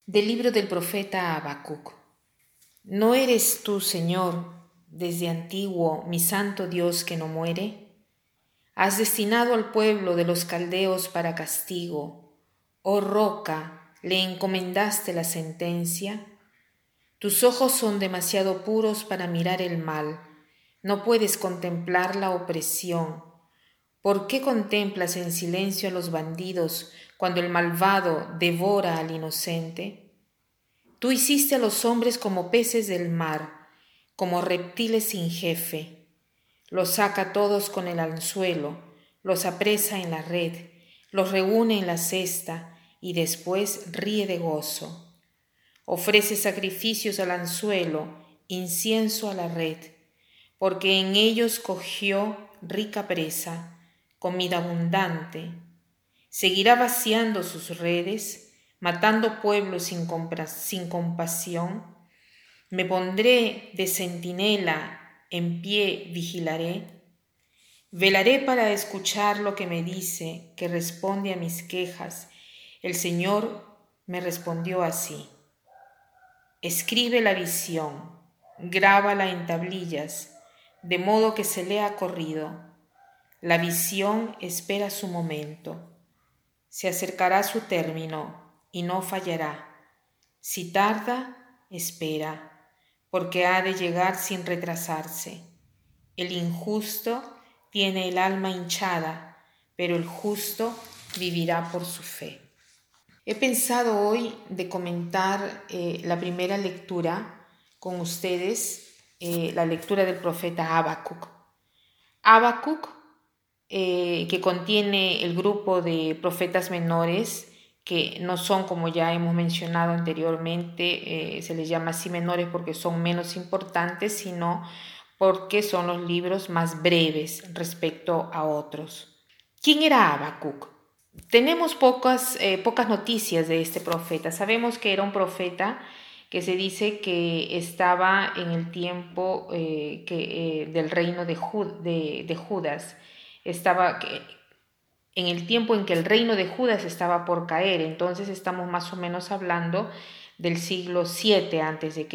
Del libro del profeta Habacuc. ¿No eres tú, Señor, desde antiguo, mi santo Dios que no muere? Has destinado al pueblo de los caldeos para castigo. Oh roca, le encomendaste la sentencia. Tus ojos son demasiado puros para mirar el mal. No puedes contemplar la opresión. ¿Por qué contemplas en silencio a los bandidos cuando el malvado devora al inocente? Tú hiciste a los hombres como peces del mar, como reptiles sin jefe. Los saca todos con el anzuelo, los apresa en la red, los reúne en la cesta y después ríe de gozo. Ofrece sacrificios al anzuelo, incienso a la red, porque en ellos cogió rica presa, comida abundante. Seguirá vaciando sus redes, matando pueblos sin compasión. Me pondré de centinela, en pie vigilaré. Velaré para escuchar lo que me dice, que responde a mis quejas. El Señor me respondió así: escribe la visión, grábala en tablillas, de modo que se lea corrido. La visión espera su momento. Se acercará su término y no fallará. Si tarda, espera, porque ha de llegar sin retrasarse. El injusto tiene el alma hinchada, pero el justo vivirá por su fe. He pensado hoy de comentar la primera lectura con ustedes, la lectura del profeta Habacuc. Habacuc, que contiene el grupo de profetas menores, que no son, como ya hemos mencionado anteriormente, se les llama así menores porque son menos importantes, sino porque son los libros más breves respecto a otros. ¿Quién era Habacuc? Tenemos pocas noticias de este profeta. Sabemos que era un profeta que se dice que estaba en el tiempo del reino de Judas. Estaba en el tiempo en que el reino de Judas estaba por caer. Entonces estamos más o menos hablando del siglo 7 a.C.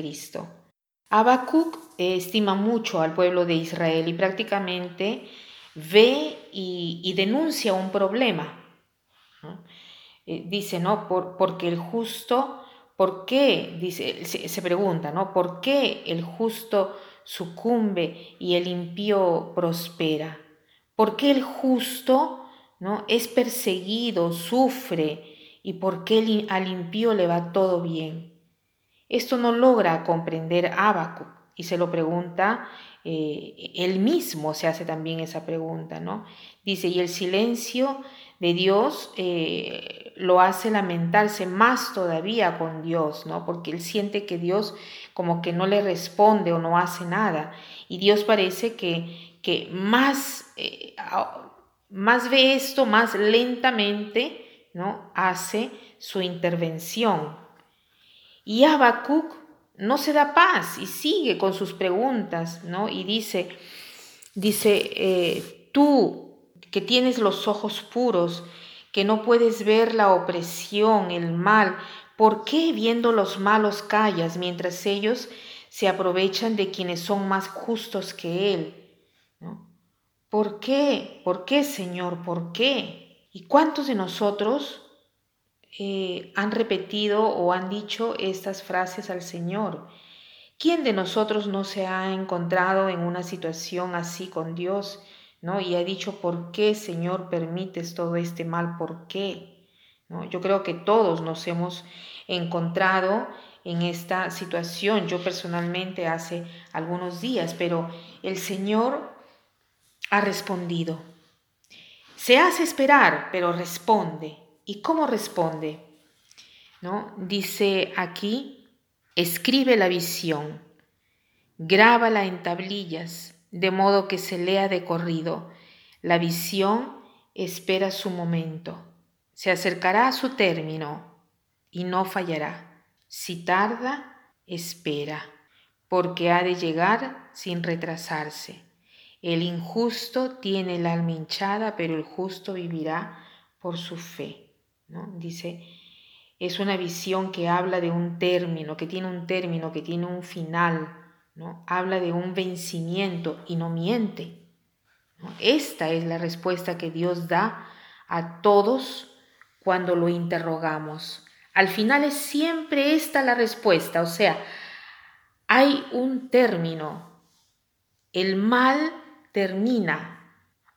Habacuc estima mucho al pueblo de Israel y prácticamente ve y denuncia un problema, ¿no? Dice, ¿no? Porque el justo, ¿por qué? Dice, se pregunta, ¿no? ¿Por qué el justo sucumbe y el impío prospera? ¿Por qué el justo, ¿no?, es perseguido, sufre, y por qué al impío le va todo bien? Esto no logra comprender Habacuc y se lo pregunta, él mismo se hace también esa pregunta, ¿no? Dice, y el silencio de Dios lo hace lamentarse más todavía con Dios, ¿no? Porque él siente que Dios como que no le responde o no hace nada. Y Dios parece que más ve esto, más lentamente, ¿no?, hace su intervención. Y Habacuc no se da paz y sigue con sus preguntas, ¿no? Y dice, tú que tienes los ojos puros, que no puedes ver la opresión, el mal, ¿por qué viendo los malos callas mientras ellos se aprovechan de quienes son más justos que él? ¿No? ¿Por qué? ¿Por qué, Señor? ¿Por qué? ¿Y cuántos de nosotros han repetido o han dicho estas frases al Señor? ¿Quién de nosotros no se ha encontrado en una situación así con Dios, ¿no? Y ha dicho, ¿por qué, Señor, permites todo este mal? ¿Por qué? ¿No? Yo creo que todos nos hemos encontrado en esta situación. Yo personalmente hace algunos días, pero el Señor ha respondido. Se hace esperar, pero responde. ¿Y cómo responde? ¿No? Dice aquí, escribe la visión, grábala en tablillas, de modo que se lea de corrido. La visión espera su momento, se acercará a su término y no fallará. Si tarda, espera, porque ha de llegar sin retrasarse. El injusto tiene el alma hinchada, pero el justo vivirá por su fe, ¿no? Dice, Es una visión que habla de un término, que tiene un término, que tiene un final, ¿no? Habla de un vencimiento y no miente, ¿no? Esta es la respuesta que Dios da a todos cuando lo interrogamos. Al final es siempre esta la respuesta, o sea, hay un término, el mal termina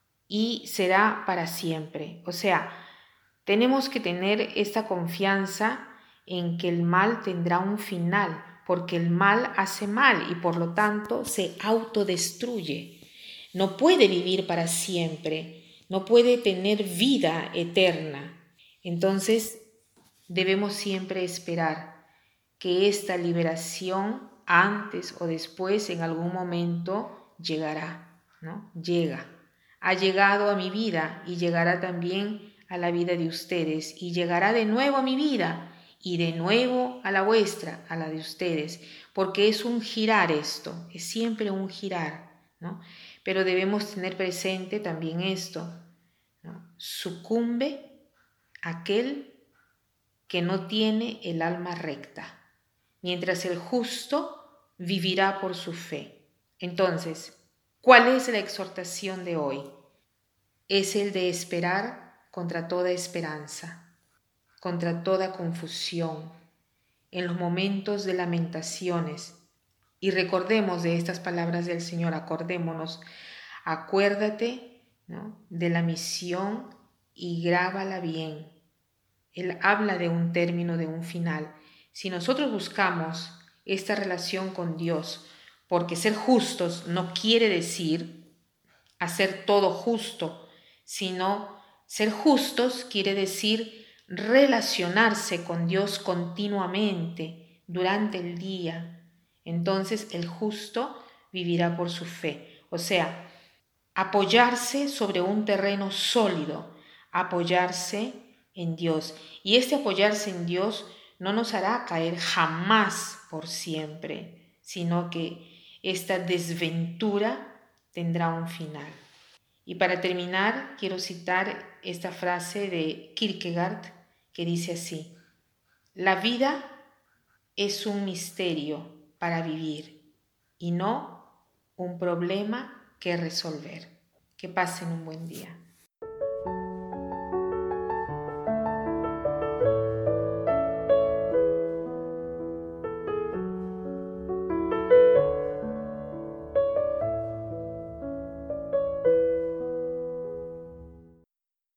y será para siempre. O sea, tenemos que tener esta confianza en que el mal tendrá un final, porque el mal hace mal y por lo tanto se autodestruye. No puede vivir para siempre, no puede tener vida eterna. Entonces, debemos siempre esperar que esta liberación, antes o después, en algún momento, llegará, ¿no? Llega. Ha llegado a mi vida y llegará también a la vida de ustedes y llegará de nuevo a mi vida y de nuevo a la vuestra, a la de ustedes, porque es un girar esto, es siempre un girar, ¿no? Pero debemos tener presente también esto, ¿no? Sucumbe aquel que no tiene el alma recta, mientras el justo vivirá por su fe. Entonces, ¿cuál es la exhortación de hoy? Es el de esperar contra toda esperanza, contra toda confusión, en los momentos de lamentaciones. Y recordemos de estas palabras del Señor, acordémonos, acuérdate, ¿no?, de la misión y grábala bien. Él habla de un término, de un final. Si nosotros buscamos esta relación con Dios, porque ser justos no quiere decir hacer todo justo, sino ser justos quiere decir relacionarse con Dios continuamente durante el día. Entonces el justo vivirá por su fe. O sea, apoyarse sobre un terreno sólido, apoyarse en Dios. Y este apoyarse en Dios no nos hará caer jamás por siempre, sino que esta desventura tendrá un final. Y para terminar, quiero citar esta frase de Kierkegaard que dice así: la vida es un misterio para vivir y no un problema que resolver. Que pasen un buen día.